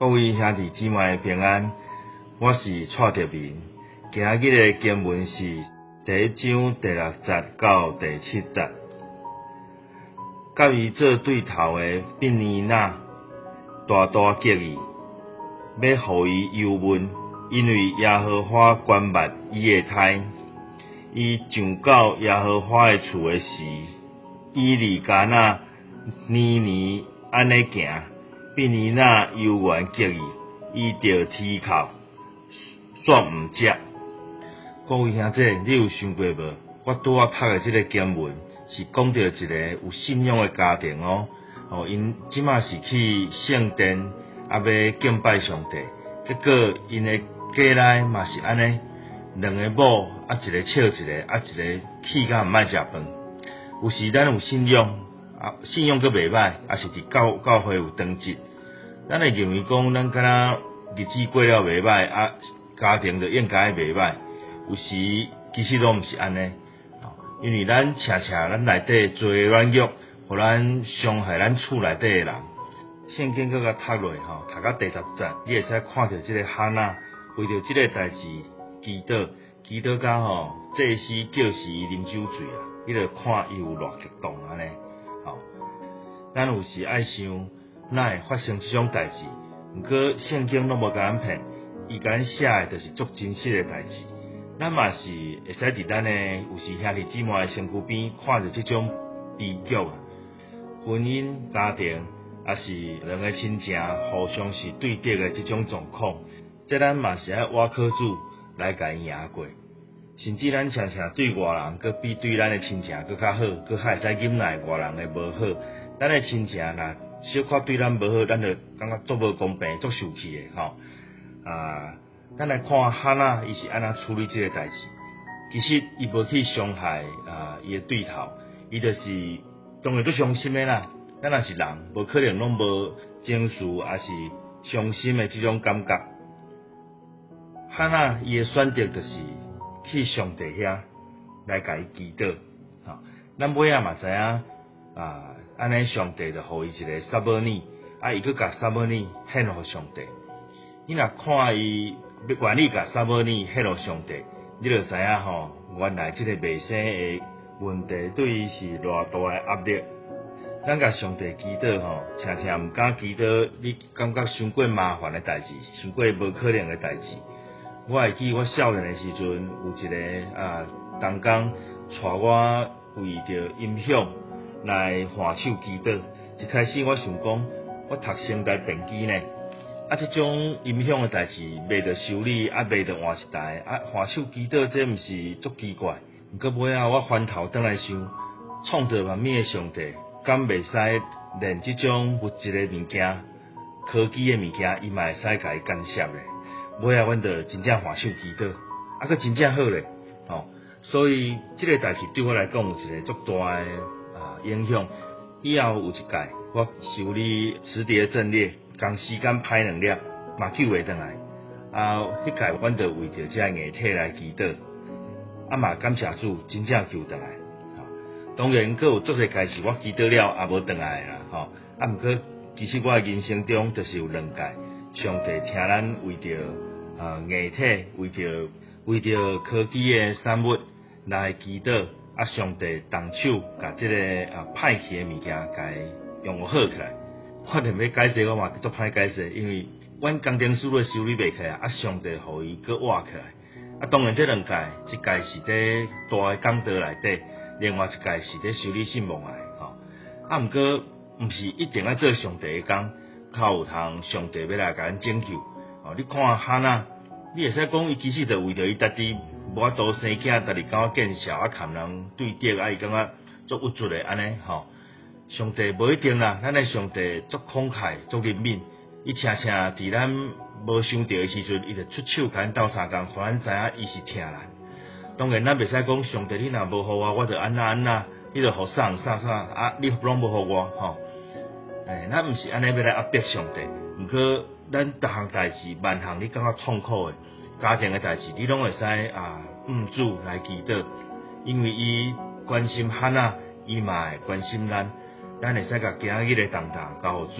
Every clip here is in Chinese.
各位兄弟姊妹平安，我是蔡德明。今日的经文是第1章第6节到第7节。甲伊做对头的便尼娜大大激意，要互伊忧闷，因为耶和华关密伊的胎。伊上到耶和华的厝的时，伊离迦那年年安尼行。便尼娜犹原激意，伊着啼哭，煞毋食。各位兄弟，你有想过无？我拄仔读的这个经文是讲到一个有信仰的家庭哦。因即马是去圣殿要敬拜上帝，结果因的家内嘛是安尼，两个某一个笑一个，一个气甲毋爱食饭。有时咱有信仰。信仰阁袂歹，也是伫教会有长进。咱会认为讲，咱敢若日子过了袂歹，家庭就应该袂歹。有时其实拢毋是安尼，因为咱咱内底做软弱，互咱伤害咱厝内底的人。圣经搁甲读落读到第10节，你会使看到即个哈娜为着即个代志祈祷到祭司叫时啉酒醉啊，你着看伊有偌激动安尼。咱有时爱想，哪会发生即种代志？毋过圣经拢无甲咱骗，伊甲咱写的就是足真实的代志。咱嘛是会使伫咱的有时兄弟姊妹的身躯边看着即种悲剧啊。婚姻家庭也是两个亲情互相是对敌的即种状况，这咱嘛是爱挖靠主来甲伊赢过。甚至咱常常对外人阁比对咱的亲情阁较好，阁较会使忍耐外人的无好。咱的亲情若小可对咱无好，咱就感觉足无公平、足受气的咱来看哈娜，伊是安怎处理这个代志。其实伊无去伤害伊的对头，伊就是当然足伤心的啦。咱若是人，无可能拢无情绪，也是伤心的这种感觉。哈娜伊的选择就是去上帝遐来甲伊祈祷。咱尾仔嘛知影安尼上帝就互伊一个撒母耳，伊佫甲撒母耳献互上帝。你若看伊愿意甲撒母耳献互上帝，你就知影原来即个未生的问题对伊是偌大的压力。咱甲上帝祈祷常常毋敢祈祷，你感觉伤过麻烦的代志，伤过无可能的代志。我会记我少年的时阵，有一个同工带我为着音响来换手祈祷。一开始我想讲，我读声台电机呢，这种音响的代志，袂着修理，袂着换一台，换手祈祷，这毋是足奇怪。毋过尾仔我翻头转来想，创造万物的上帝，敢袂使连这种物质的物件、科技的物件，伊嘛会使甲伊干涉咧？尾仔阮着真正换手祈祷，佫真正好咧。所以这个代志对我来讲有一个足大的影响。以后有一届，我修理磁碟阵列，共时间歹2粒，嘛救袂倒来。迄届阮就为着这硬体来祈祷，嘛感谢主，真正救倒来。当然，佫有足侪届是我祈祷了也无倒来啦。毋过其实我的人生中就是有2届，上帝请咱为着硬体，为着科技的产物来祈祷。上帝动手，甲这个歹去的物件，甲伊用好起来。我连要解释，我嘛足歹解释，因为阮工程师都修理袂起来，上帝互伊搁活起来。当然这2届，一届是伫大的讲道内底，另外一届是伫修理信望来。毋过毋是一定要做上帝的工，较有通上帝要来甲咱拯救。你看哈娜，你会使讲伊其实就为着伊家己。无法度生囝，逐日甲我见笑，牵人对敌，伊感觉足郁卒的安尼上帝无一定啦，咱的上帝足慷慨、足怜悯，伊常常伫咱无想到的时阵，伊就出手甲咱斗相共，互咱知影伊是疼咱。当然，咱袂使讲上帝，你若无互我就安那，你就互啥，你拢无互我咱毋是安尼要来压迫上帝。毋过，咱逐项代志、万项你感觉痛苦的。家庭的代志，你拢会使主来祈祷，因为伊关心哈娜，伊嘛会关心咱。咱会使甲今日的当交互主，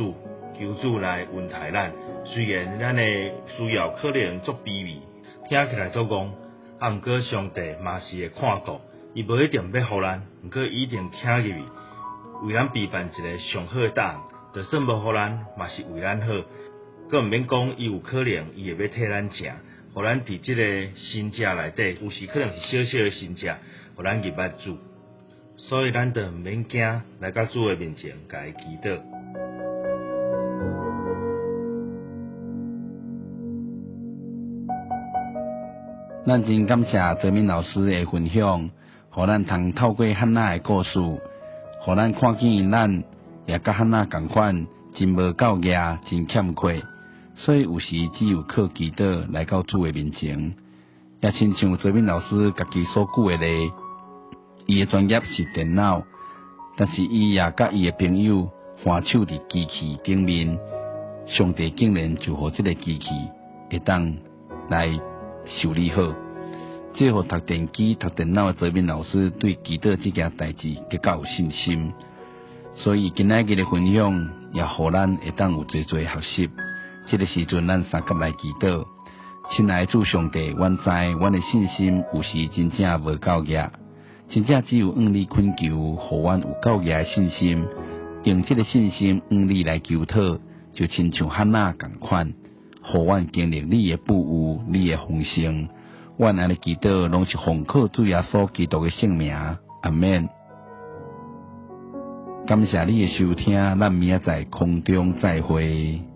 求主来恩待咱。虽然咱的需要可能足卑微，听起来足戆，毋过上帝嘛是会看顾，伊无一定要互咱，毋过伊一定听入去，为咱备办一个上好的答案。就算无互咱，嘛是为咱好。佫毋免讲，伊有可能伊会要替咱食，互咱伫即个新食内底，有时可能是小小的新食，互咱入捌主。所以咱就毋免惊，来到主的面前，甲伊祈祷。 咱真感谢泽明老师的分享，互咱通透过汉娜的故事，互咱看见咱也甲汉娜同款，真无够额，真欠缺，所以有时只有靠祈祷来到主的面前。也亲像泽明老师家己所举的例，伊的专业是电脑，但是伊也甲伊的朋友翻手伫机器顶面，上帝竟然就互这个机器会当来修理好，这互读电机、读电脑的泽明老师对祈祷这件代志更加有信心。所以今仔日的分享也互咱会当有侪侪学习。这个时阵，咱三甲来祈祷。亲爱的主上帝，阮知阮的信心有时真正无够额，真正只有向你恳求，互阮有够额的信心，用这个信心向你来求讨，就亲像汉娜同款。互阮经历你的保护，你的丰盛，阮安尼祈祷，拢是奉靠主耶稣基督的圣名，阿们。感谢你的收听，咱明仔载空中再会。